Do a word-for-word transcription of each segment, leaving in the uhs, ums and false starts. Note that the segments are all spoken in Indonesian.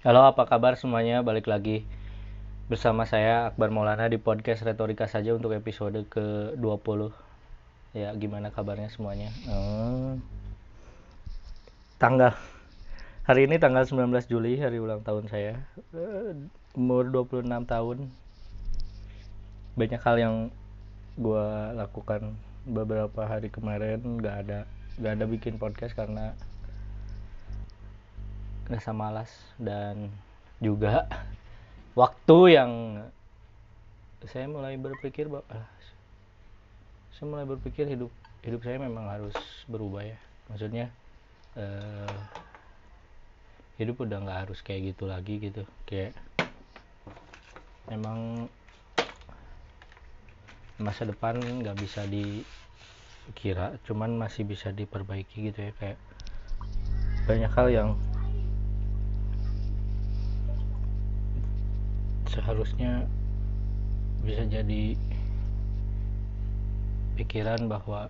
Halo, apa kabar semuanya? Balik lagi bersama saya Akbar Maulana di podcast Retorika saja untuk episode ke dua puluh. Ya, gimana kabarnya semuanya? Hmm, tanggal hari ini tanggal sembilan belas Juli, hari ulang tahun saya. Eh, Umur dua puluh enam tahun. Banyak hal yang gue lakukan beberapa hari kemarin nggak ada nggak ada bikin podcast karena rasa malas dan juga waktu yang saya mulai berpikir bahwa ah, saya mulai berpikir hidup hidup saya memang harus berubah ya, maksudnya eh, hidup udah nggak harus kayak gitu lagi gitu, kayak memang masa depan nggak bisa dikira, cuman masih bisa diperbaiki gitu ya, kayak banyak hal yang seharusnya bisa jadi pikiran bahwa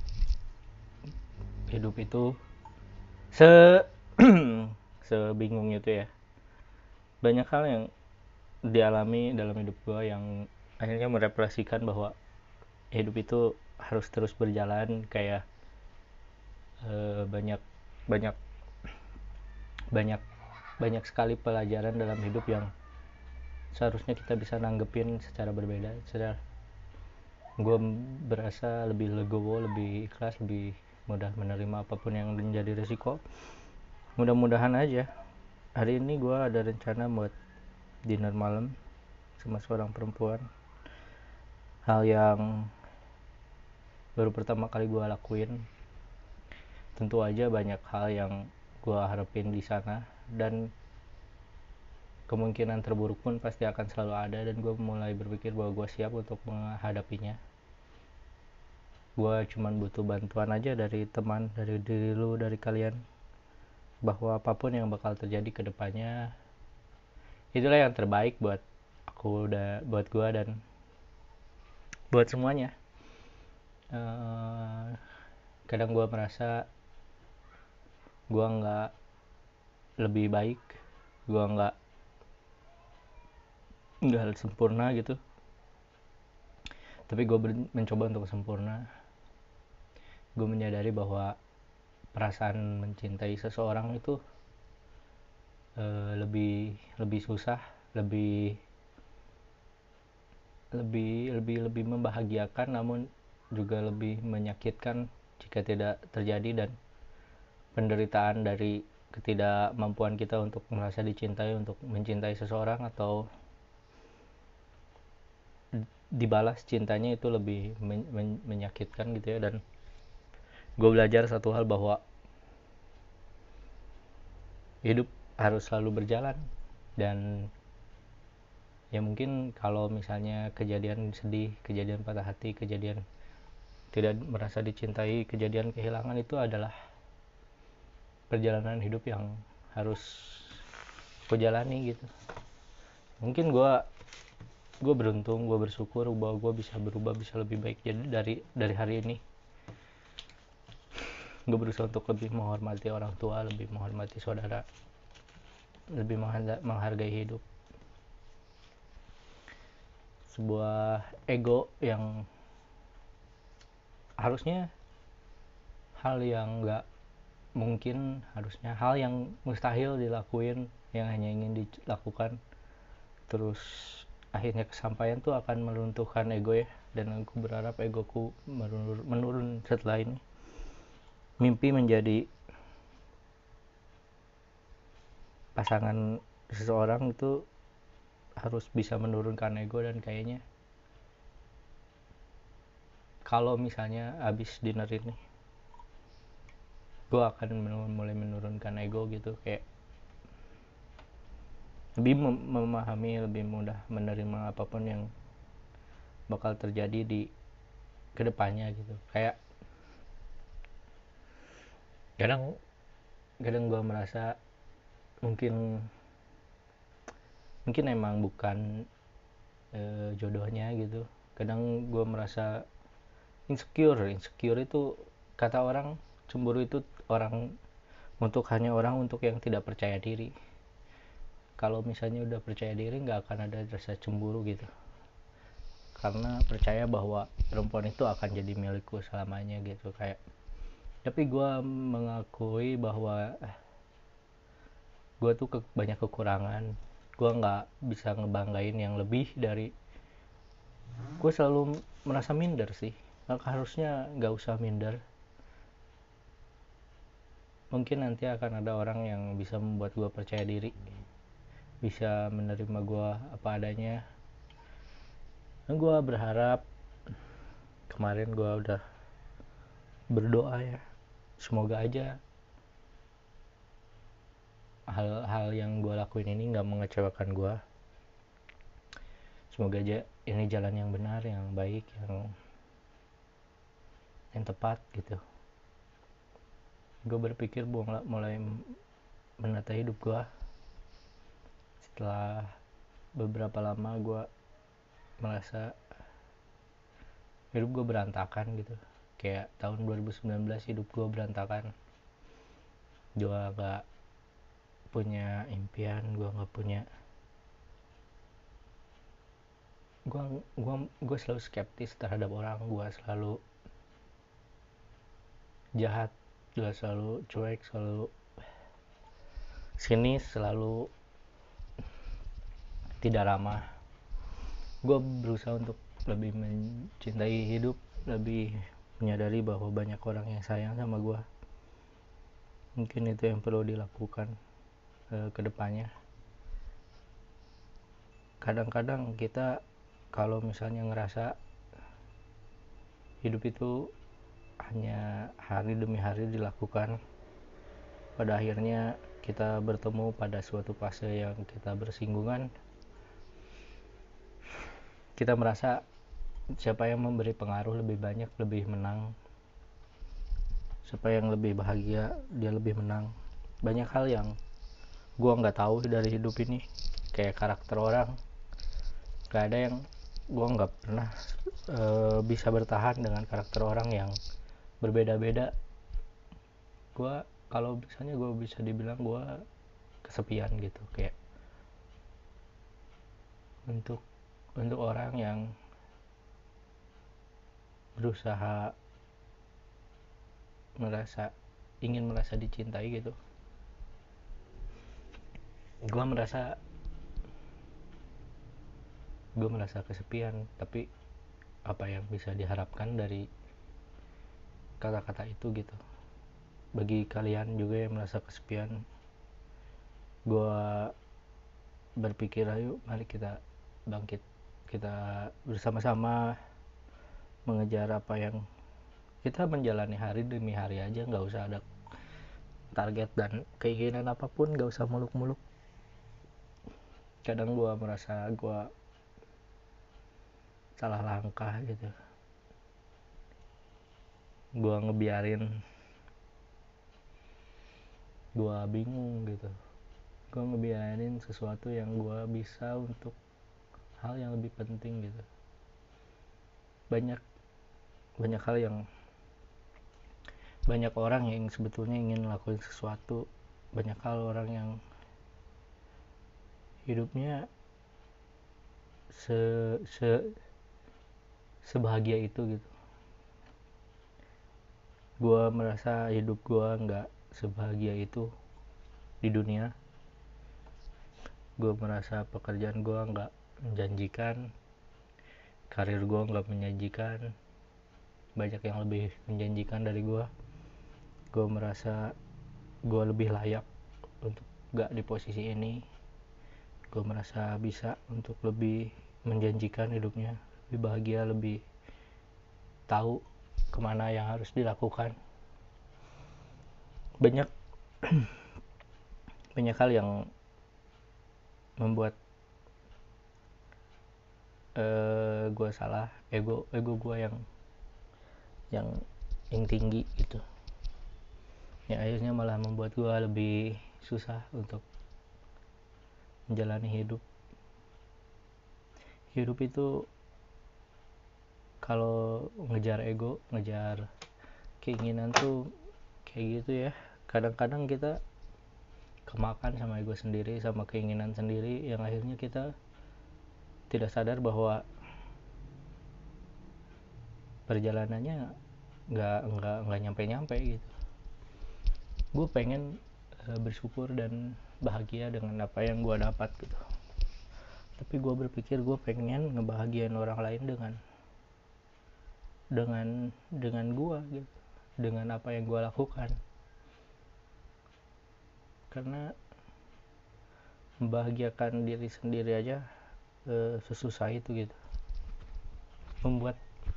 hidup itu se sebingung itu ya. Banyak hal yang dialami dalam hidup gue yang akhirnya merefleksikan bahwa hidup itu harus terus berjalan, kayak eh, banyak banyak banyak banyak sekali pelajaran dalam hidup yang seharusnya kita bisa nanggepin secara berbeda. Secara gue berasa lebih legowo, lebih ikhlas, lebih mudah menerima apapun yang menjadi resiko. Mudah-mudahan aja hari ini gue ada rencana buat dinner malam sama seorang perempuan, hal yang baru pertama kali gue lakuin. Tentu aja banyak hal yang gue harapin di sana, dan kemungkinan terburuk pun pasti akan selalu ada, dan gue mulai berpikir bahwa gue siap untuk menghadapinya. Gue cuman butuh bantuan aja dari teman, dari diri lu, dari kalian, bahwa apapun yang bakal terjadi ke depannya itulah yang terbaik buat aku, udah buat gue dan buat semuanya. Eh, Kadang gue merasa gue nggak lebih baik, gue nggak nggak sempurna gitu, tapi gue mencoba untuk sempurna. Gue menyadari bahwa perasaan mencintai seseorang itu eh, lebih lebih susah, lebih lebih lebih lebih membahagiakan, namun juga lebih menyakitkan jika tidak terjadi, dan penderitaan dari ketidakmampuan kita untuk merasa dicintai, untuk mencintai seseorang atau dibalas cintanya itu lebih men- men- menyakitkan gitu ya. Dan gue belajar satu hal, bahwa hidup harus selalu berjalan, dan ya mungkin kalau misalnya kejadian sedih, kejadian patah hati, kejadian tidak merasa dicintai, kejadian kehilangan, itu adalah perjalanan hidup yang harus gue jalani gitu. Mungkin gue gue beruntung, gue bersyukur bahwa gue bisa berubah, bisa lebih baik jadi dari dari hari ini. Gue berusaha untuk lebih menghormati orang tua, lebih menghormati saudara, lebih menghargai hidup. Sebuah ego yang harusnya hal yang nggak mungkin, harusnya hal yang mustahil dilakuin, yang hanya ingin dilakukan, terus akhirnya kesampaian tuh akan meruntuhkan ego ya. Dan aku berharap egoku menurun, menurun setelah ini. Mimpi menjadi pasangan seseorang itu harus bisa menurunkan ego, dan kayaknya kalau misalnya abis dinner ini gue akan mulai menurunkan ego gitu, kayak lebih mem- memahami, lebih mudah menerima apapun yang bakal terjadi di kedepannya gitu. Kayak kadang kadang gue merasa mungkin mungkin emang bukan e, jodohnya gitu. Kadang gue merasa insecure. Insecure itu, kata orang, cemburu itu orang untuk hanya orang untuk yang tidak percaya diri. kalau misalnya udah percaya diri nggak akan ada rasa cemburu gitu, karena percaya bahwa perempuan itu akan jadi milikku selamanya gitu. Kayak tapi gue mengakui bahwa gue tuh ke, banyak kekurangan. Gue nggak bisa ngebanggain yang lebih dari, gue selalu merasa minder sih. Harusnya nggak usah minder. Mungkin nanti akan ada orang yang bisa membuat gue percaya diri, bisa menerima gue apa adanya. Dan gue berharap, kemarin gue udah berdoa ya, semoga aja hal-hal yang gue lakuin ini nggak mengecewakan gue. Semoga aja ini jalan yang benar, yang baik, yang yang tepat gitu. Gue berpikir mulai, mulai menata hidup gue setelah beberapa lama gue merasa hidup gue berantakan gitu. Kayak tahun dua ribu sembilan belas hidup gue berantakan. Gue gak punya impian, gue gak punya, gue gue gue selalu skeptis terhadap orang, gue selalu jahat, gue selalu cuek, selalu sinis, selalu tidak ramah. Gue berusaha untuk lebih mencintai hidup, lebih menyadari bahwa banyak orang yang sayang sama gue. Mungkin itu yang perlu dilakukan eh, ke depannya. Kadang-kadang kita kalau misalnya ngerasa hidup itu hanya hari demi hari dilakukan, pada akhirnya kita bertemu pada suatu fase yang kita bersinggungan. Kita merasa siapa yang memberi pengaruh lebih banyak, lebih menang. Siapa yang lebih bahagia, dia lebih menang. Banyak hal yang gue nggak tahu dari hidup ini, kayak karakter orang. Gak ada yang gue nggak pernah e, bisa bertahan dengan karakter orang yang berbeda-beda. Gue kalau misalnya gue bisa dibilang gue kesepian gitu, kayak untuk untuk orang yang berusaha merasa ingin merasa dicintai gitu. Gue merasa gue merasa kesepian. Tapi apa yang bisa diharapkan dari kata-kata itu gitu? Bagi kalian juga yang merasa kesepian, gue berpikir ayo mari kita bangkit, kita bersama-sama mengejar apa yang kita menjalani hari demi hari aja, nggak usah ada target dan keinginan apapun, nggak usah muluk-muluk. Kadang gue merasa gue salah langkah gitu, gue ngebiarin, gue bingung gitu, gue ngebiarin sesuatu yang gue bisa untuk hal yang lebih penting gitu. Banyak banyak hal yang banyak orang yang sebetulnya ingin lakuin sesuatu, banyak hal orang yang hidupnya se se sebahagia itu gitu. Gue merasa hidup gue nggak sebahagia itu di dunia. Gue merasa pekerjaan gue nggak menjanjikan, karir gue nggak menjanjikan, banyak yang lebih menjanjikan dari gue. Gue merasa gue lebih layak untuk gak di posisi ini. Gue merasa bisa untuk lebih menjanjikan hidupnya, lebih bahagia, lebih tahu kemana yang harus dilakukan. Banyak banyak hal yang membuat uh, gue salah, ego ego gue yang yang yang tinggi gitu, yang akhirnya malah membuat gue lebih susah untuk menjalani hidup. Hidup itu kalau ngejar ego, ngejar keinginan tuh kayak gitu ya. Kadang-kadang kita kemakan sama ego sendiri, sama keinginan sendiri, yang akhirnya kita tidak sadar bahwa perjalanannya nggak nggak nggak nyampe nyampe gitu. Gue pengen uh, bersyukur dan bahagia dengan apa yang gue dapat gitu, tapi gue berpikir gue pengen ngebahagiain orang lain dengan dengan dengan gue gitu, dengan apa yang gue lakukan. Karena membahagiakan diri sendiri aja uh, sesusah itu gitu. Membuat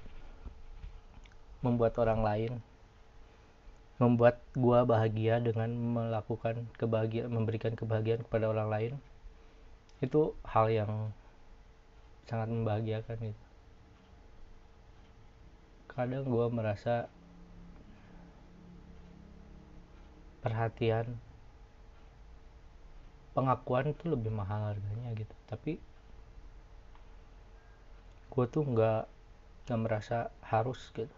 membuat orang lain, membuat gua bahagia dengan melakukan kebahagiaan, memberikan kebahagiaan kepada orang lain, itu hal yang sangat membahagiakan gitu. Kadang gua merasa perhatian, pengakuan itu lebih mahal harganya gitu, tapi gua tuh nggak nggak merasa harus gitu.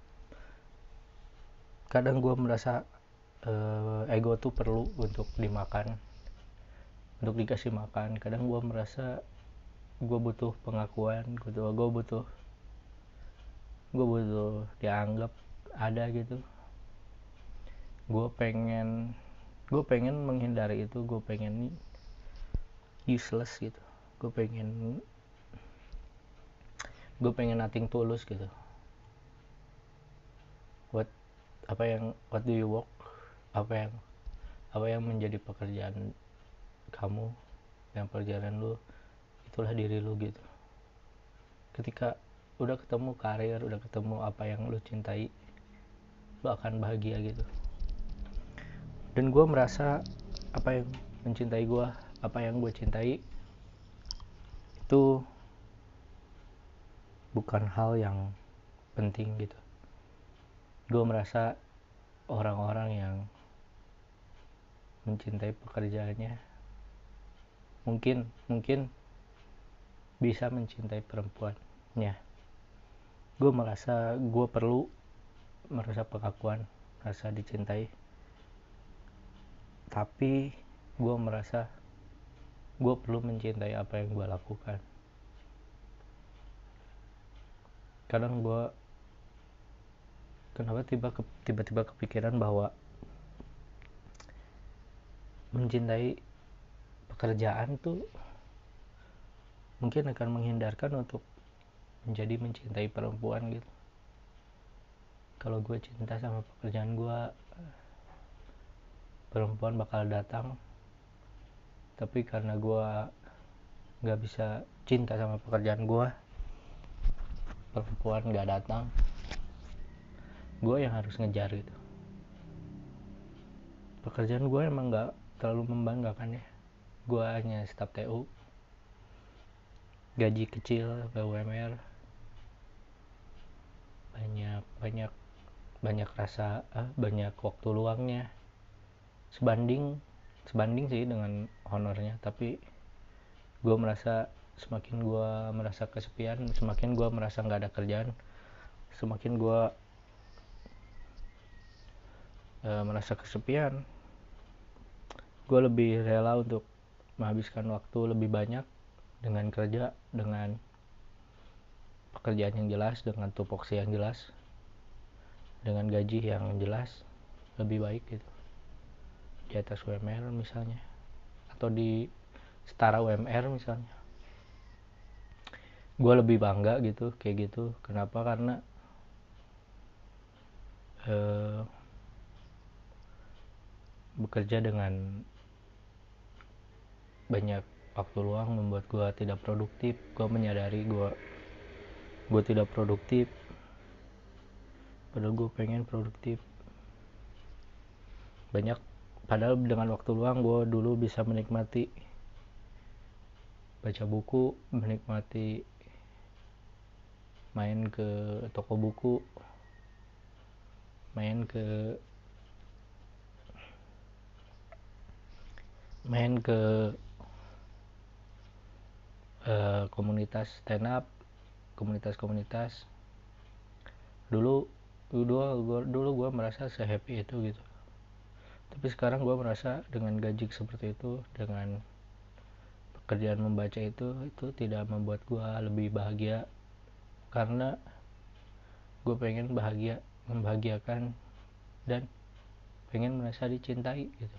Kadang gua merasa uh, ego tuh perlu untuk dimakan, untuk dikasih makan. Kadang gue merasa gue butuh pengakuan, gue butuh gue butuh gue butuh dianggap ada gitu. Gue pengen gue pengen menghindari itu. Gue pengen useless gitu. Gue pengen gue pengen nothing tulus gitu. What apa yang what do you work? Apa yang apa yang menjadi pekerjaan kamu, yang pekerjaan lu itulah diri lu gitu. Ketika udah ketemu karir, udah ketemu apa yang lu cintai, lu akan bahagia gitu. Dan gue merasa apa yang mencintai gue, apa yang gue cintai itu bukan hal yang penting gitu. Gue merasa orang-orang yang mencintai pekerjaannya mungkin mungkin bisa mencintai perempuannya. Gue merasa gue perlu merasa pengakuan, merasa dicintai, tapi gue merasa gue perlu mencintai apa yang gue lakukan. Kadang gue kenapa tiba tiba-tiba kepikiran bahwa mencintai pekerjaan tuh mungkin akan menghindarkan untuk menjadi mencintai perempuan gitu. Kalau gue cinta sama pekerjaan gue, perempuan bakal datang, tapi karena gue nggak bisa cinta sama pekerjaan gue, perempuan nggak datang, gue yang harus ngejar gitu. Pekerjaan gue emang nggak terlalu membanggakan ya. Gue hanya staf T U, gaji kecil, B U M R, banyak banyak banyak rasa eh, banyak waktu luangnya, sebanding sebanding sih dengan honornya. Tapi gue merasa semakin gue merasa kesepian, semakin gue merasa nggak ada kerjaan, semakin gue uh, merasa kesepian, gue lebih rela untuk menghabiskan waktu lebih banyak dengan kerja, dengan pekerjaan yang jelas, dengan tupoksi yang jelas, dengan gaji yang jelas, lebih baik gitu, di atas U M R misalnya, atau di setara U M R misalnya. Gue lebih bangga gitu kayak gitu. Kenapa? Karena uh, bekerja dengan banyak waktu luang membuat gue tidak produktif. Gue menyadari gue gue tidak produktif, padahal gue pengen produktif banyak. Padahal dengan waktu luang gue dulu bisa menikmati baca buku, menikmati main ke toko buku, main ke main ke uh, komunitas stand up, komunitas-komunitas. Dulu dulu gue dulu gue merasa se-happy itu gitu. Tapi sekarang gue merasa dengan gaji seperti itu, dengan pekerjaan membaca itu, itu tidak membuat gue lebih bahagia, karena gue pengen bahagia, membahagiakan, dan pengen merasa dicintai gitu.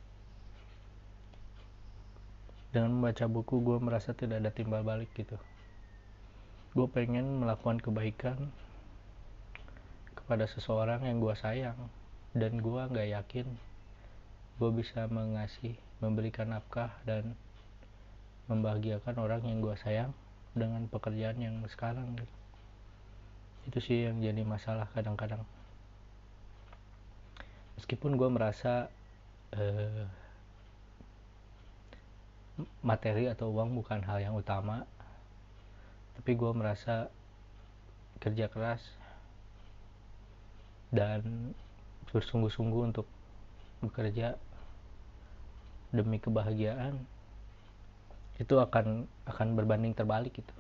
Dengan membaca buku gue merasa tidak ada timbal balik gitu. Gue pengen melakukan kebaikan kepada seseorang yang gue sayang, dan gue gak yakin gue bisa mengasih, memberikan nafkah dan membahagiakan orang yang gue sayang dengan pekerjaan yang sekarang gitu. Itu sih yang jadi masalah kadang-kadang. Meskipun gue merasa eh, materi atau uang bukan hal yang utama, tapi gue merasa kerja keras dan bersungguh-sungguh untuk bekerja demi kebahagiaan itu akan akan berbanding terbalik gitu.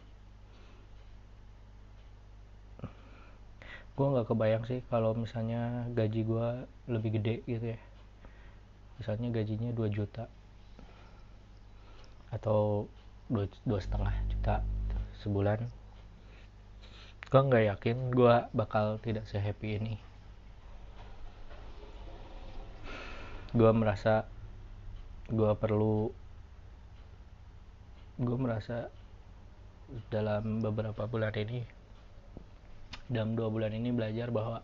Gue nggak kebayang sih kalau misalnya gaji gue lebih gede gitu ya, misalnya gajinya dua juta atau dua setengah juta sebulan. Gue nggak yakin gue bakal tidak se-happy ini. Gue merasa gue perlu gue merasa dalam beberapa bulan ini, dalam dua bulan ini belajar bahwa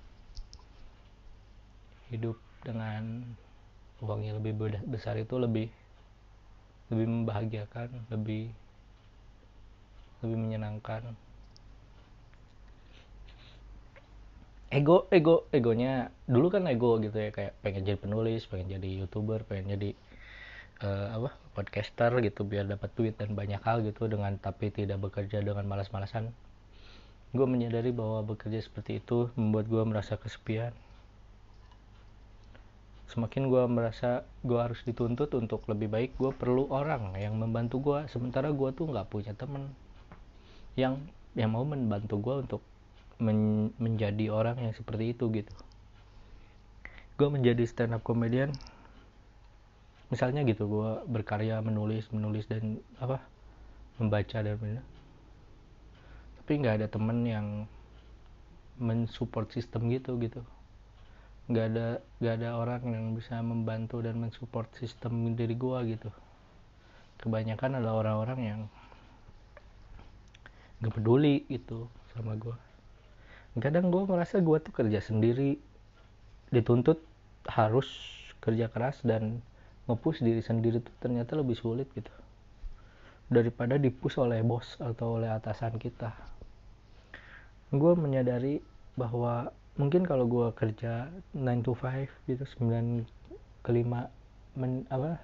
hidup dengan uang yang lebih besar itu lebih lebih membahagiakan, lebih lebih menyenangkan. Ego ego egonya dulu kan ego gitu ya, kayak pengen jadi penulis, pengen jadi youtuber, pengen jadi uh, apa podcaster gitu biar dapat duit dan banyak hal gitu, dengan tapi tidak bekerja dengan malas-malasan. Gue menyadari bahwa bekerja seperti itu membuat gue merasa kesepian. Semakin gue merasa gue harus dituntut untuk lebih baik, gue perlu orang yang membantu gue, sementara gue tuh nggak punya temen yang yang mau membantu gue untuk men, menjadi orang yang seperti itu gitu. Gue menjadi stand up comedian misalnya gitu, gue berkarya menulis menulis dan apa membaca dan benar, tapi nggak ada temen yang mensupport sistem gitu gitu nggak ada nggak ada orang yang bisa membantu dan mensupport sistem diri gue gitu. Kebanyakan adalah orang-orang yang nggak peduli gitu sama gue. Kadang gue merasa gue tuh kerja sendiri, dituntut harus kerja keras dan nge-push diri sendiri tuh ternyata lebih sulit gitu daripada di-push oleh bos atau oleh atasan kita. Gue menyadari bahwa mungkin kalau gue kerja nine to five gitu, sembilan ke lima men, apa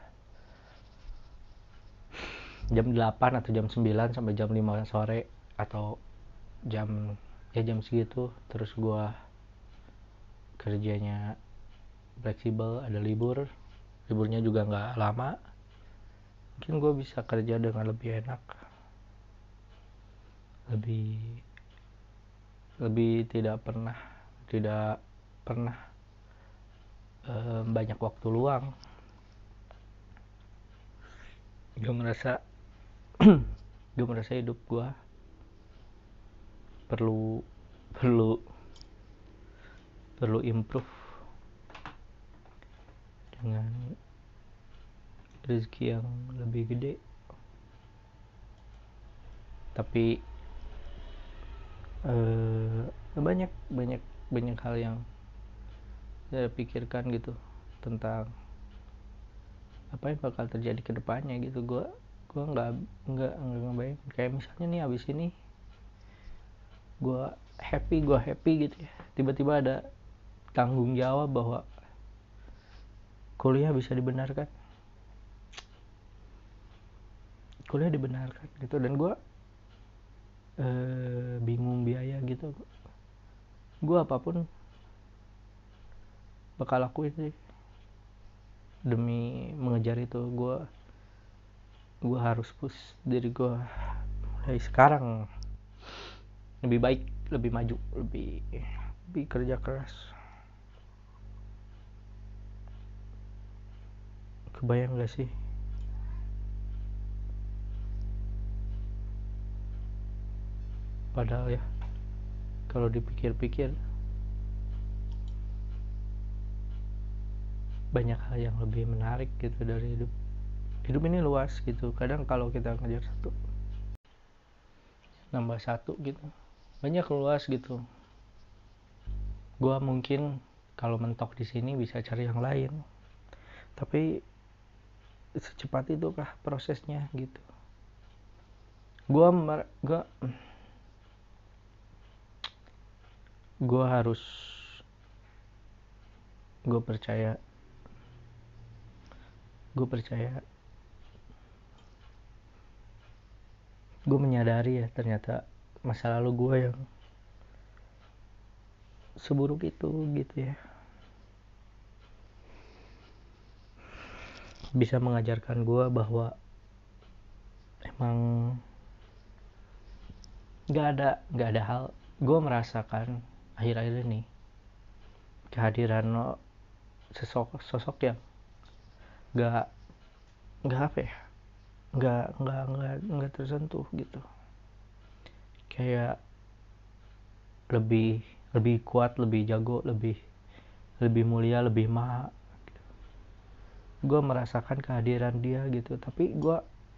jam delapan atau jam sembilan sampai jam lima sore atau jam ya jam segitu, terus gue kerjanya fleksibel, ada libur, liburnya juga nggak lama, mungkin gue bisa kerja dengan lebih enak, lebih lebih tidak pernah tidak pernah eh, banyak waktu luang. Gue merasa gue merasa hidup gue perlu perlu perlu improve dengan rezeki yang lebih gede. Tapi eh, banyak banyak banyak hal yang saya pikirkan gitu tentang apa yang bakal terjadi ke depannya gitu. Gue gue nggak nggak nggak ngebayang kayak misalnya nih abis ini gue happy gue happy gitu ya, tiba-tiba ada tanggung jawab bahwa kuliah bisa dibenarkan kuliah dibenarkan gitu, dan gue eh, bingung biaya gitu. Gue apapun bakal lakuin sih demi mengejar itu. Gue gue harus push diri gue mulai sekarang lebih baik, lebih maju, lebih lebih kerja keras. Kebayang gak sih padahal ya kalau dipikir-pikir banyak hal yang lebih menarik gitu dari hidup. Hidup ini luas gitu. Kadang kalau kita ngejar satu nambah satu gitu banyak luas gitu. Gua mungkin kalau mentok di sini bisa cari yang lain, tapi secepat itu kah prosesnya gitu. Gua mer- gua gua harus gua percaya gue percaya gue menyadari ya ternyata masa lalu gue yang seburuk itu gitu ya bisa mengajarkan gue bahwa emang nggak ada nggak ada hal. Gue merasakan akhir-akhir ini kehadiran sosok sosok yang nggak nggak apa ya nggak nggak nggak nggak tersentuh gitu, kayak lebih lebih kuat, lebih jago, lebih lebih mulia, lebih maha. Gue merasakan kehadiran dia gitu, tapi gue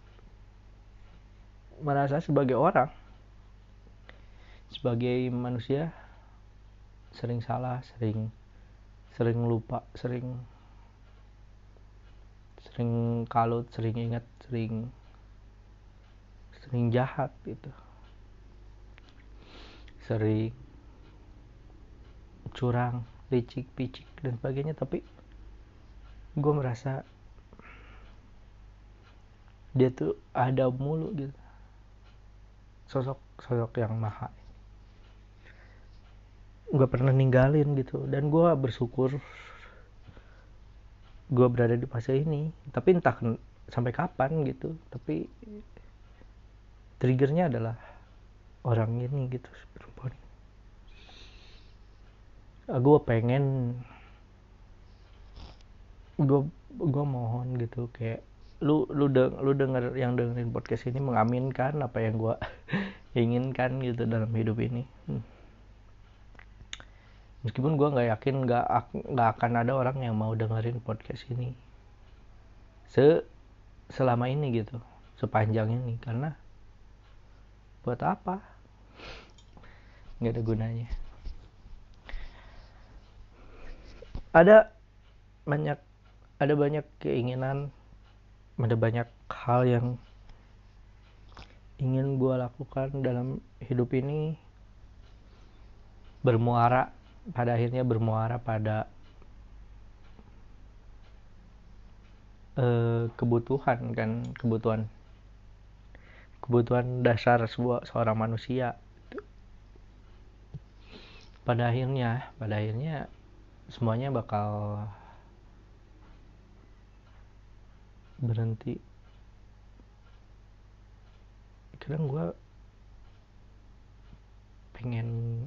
merasa sebagai orang, sebagai manusia sering salah, sering sering lupa, sering sering kalut, sering ingat, sering sering jahat gitu, sering curang, licik, picik dan sebagainya. Tapi gue merasa dia tuh ada mulu gitu, sosok sosok yang maha, nggak pernah ninggalin gitu. Dan gue bersyukur gue berada di fase ini, tapi entah sampai kapan gitu. Tapi triggernya adalah orang ini gitu, perempuan. Gue pengen gue gue mohon gitu, kayak lu lu deng, lu denger yang dengerin podcast ini mengaminkan apa yang gue inginkan gitu dalam hidup ini. hmm. Meskipun gue nggak yakin nggak nggak akan ada orang yang mau dengerin podcast ini se selama ini gitu, sepanjang ini, karena buat apa, nggak ada gunanya. Ada banyak ada banyak keinginan, ada banyak hal yang ingin gue lakukan dalam hidup ini, bermuara pada akhirnya bermuara pada eh, kebutuhan kan, kebutuhan kebutuhan dasar sebuah seorang manusia. Pada akhirnya pada akhirnya semuanya bakal berhenti. Kadang gue pengen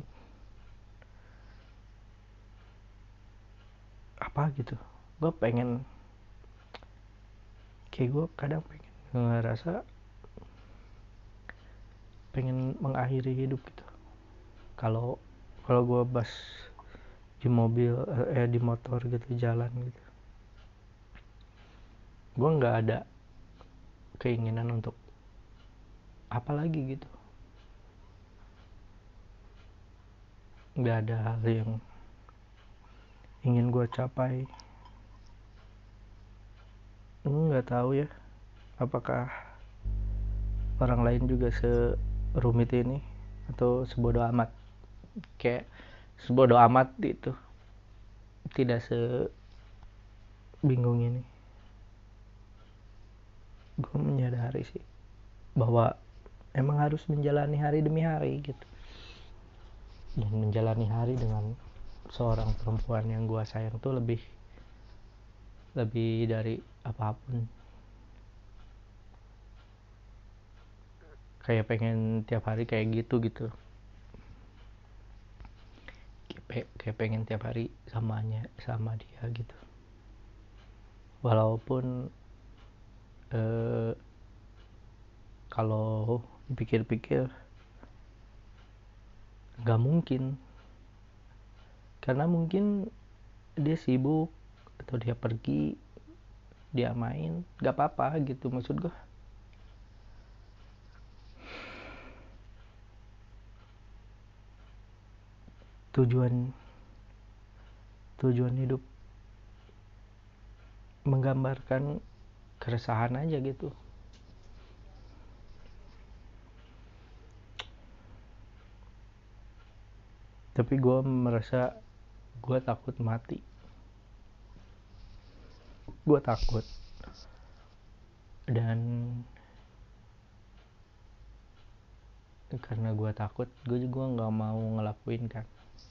apa gitu, gue pengen kayak gue kadang pengen ngerasa pengen mengakhiri hidup gitu. Kalau kalau gue bas di mobil eh di motor gitu jalan gitu, gue nggak ada keinginan untuk apa lagi gitu, nggak ada hal yang ingin gue capai. Nggak tahu ya apakah orang lain juga serumit ini atau sebodoh amat, kayak sebodoh amat itu, tidak sebingung ini. Gue menyadari sih bahwa emang harus menjalani hari demi hari gitu, dan menjalani hari dengan seorang perempuan yang gue sayang tuh lebih lebih dari apapun. Kayak pengen tiap hari kayak gitu gitu, kayak, kayak pengen tiap hari samanya sama dia gitu, walaupun eh, kalau dipikir-pikir nggak mungkin, karena mungkin dia sibuk atau dia pergi, dia main, nggak apa-apa gitu. Maksud gue tujuan tujuan hidup menggambarkan keresahan aja gitu. Tapi gue merasa gue takut mati. Gue takut. Dan karena gue takut, gue juga nggak mau ngelakuin kan.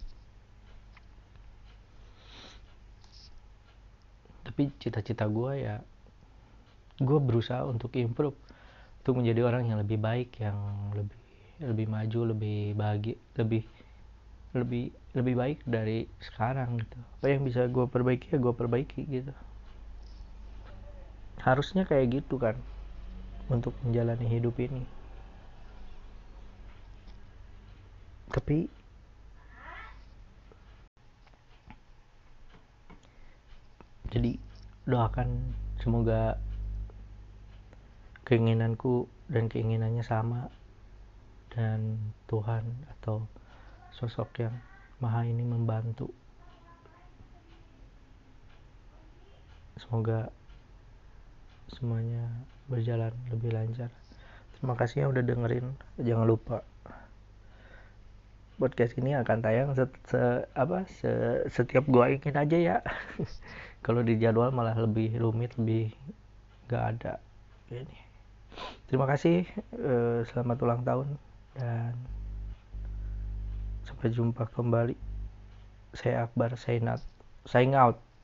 Tapi cita-cita gue ya, gue berusaha untuk improve, untuk menjadi orang yang lebih baik, yang lebih lebih maju, lebih bahagia, lebih lebih lebih baik dari sekarang gitu. Apa yang bisa gue perbaiki ya gue perbaiki gitu. Harusnya kayak gitu kan untuk menjalani hidup ini. Tapi jadi doakan semoga keinginanku dan keinginannya sama, dan Tuhan atau sosok yang maha ini membantu. Semoga semuanya berjalan lebih lancar. Terima kasih yang udah dengerin. Jangan lupa podcast ini akan tayang se, se apa se, setiap gua ingin aja ya. Kalau di jadwal malah lebih rumit, lebih nggak ada ini. Terima kasih, eh, selamat ulang tahun dan sampai jumpa kembali. Saya Akbar, sign out. Sign out.